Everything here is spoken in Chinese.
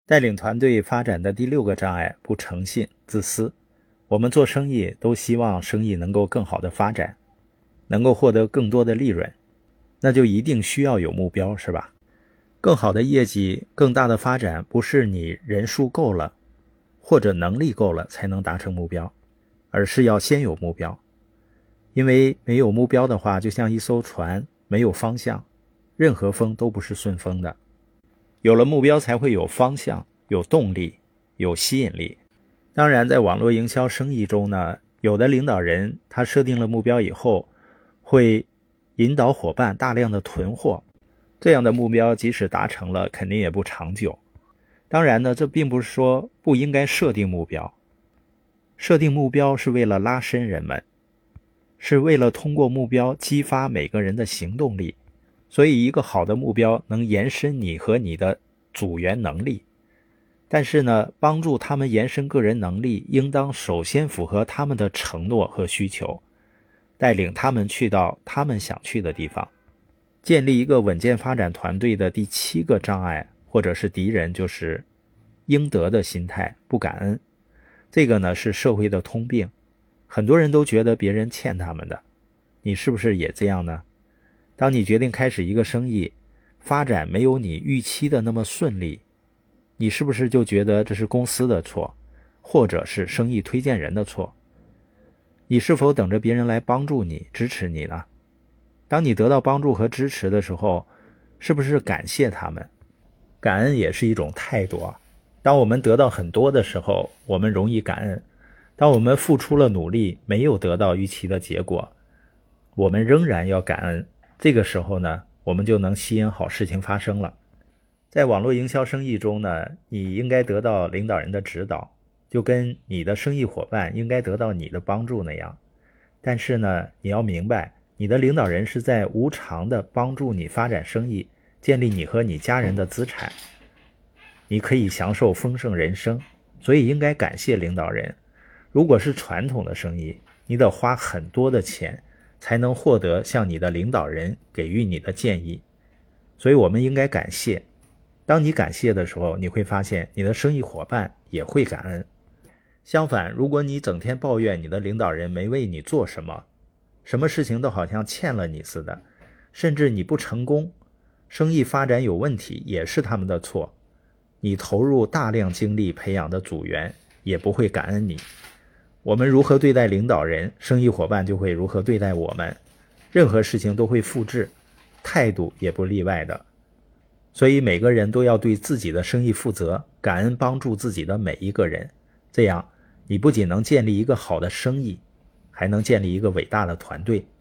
带领团队发展的第6个障碍，不诚信、自私。我们做生意都希望生意能够更好的发展，能够获得更多的利润，那就一定需要有目标，是吧？更好的业绩、更大的发展，不是你人数够了或者能力够了才能达成目标，而是要先有目标。因为没有目标的话，就像一艘船没有方向，任何风都不是顺风的。有了目标才会有方向、有动力、有吸引力。当然在网络营销生意中呢，有的领导人他设定了目标以后，会引导伙伴大量的囤货，这样的目标即使达成了，肯定也不长久。当然呢，这并不是说不应该设定目标，设定目标是为了拉伸人们，是为了通过目标激发每个人的行动力。所以一个好的目标能延伸你和你的组员能力，但是呢，帮助他们延伸个人能力，应当首先符合他们的承诺和需求，带领他们去到他们想去的地方。建立一个稳健发展团队的第7个障碍或者是敌人，就是应得的心态，不感恩。这个呢是社会的通病，很多人都觉得别人欠他们的，你是不是也这样呢？当你决定开始一个生意，发展没有你预期的那么顺利，你是不是就觉得这是公司的错，或者是生意推荐人的错？你是否等着别人来帮助你、支持你呢？当你得到帮助和支持的时候，是不是感谢他们？感恩也是一种态度啊。当我们得到很多的时候，我们容易感恩；当我们付出了努力，没有得到预期的结果，我们仍然要感恩。这个时候呢，我们就能吸引好事情发生了。在网络营销生意中呢，你应该得到领导人的指导，就跟你的生意伙伴应该得到你的帮助那样。但是呢，你要明白，你的领导人是在无偿的帮助你发展生意，建立你和你家人的资产，你可以享受丰盛人生，所以应该感谢领导人。如果是传统的生意，你得花很多的钱才能获得像你的领导人给予你的建议，所以我们应该感谢。当你感谢的时候，你会发现你的生意伙伴也会感恩。相反，如果你整天抱怨你的领导人没为你做什么，什么事情都好像欠了你似的，甚至你不成功，生意发展有问题也是他们的错，你投入大量精力培养的组员也不会感恩你。我们如何对待领导人，生意伙伴就会如何对待我们，任何事情都会复制，态度也不例外的。所以每个人都要对自己的生意负责，感恩帮助自己的每一个人，这样你不仅能建立一个好的生意，还能建立一个伟大的团队。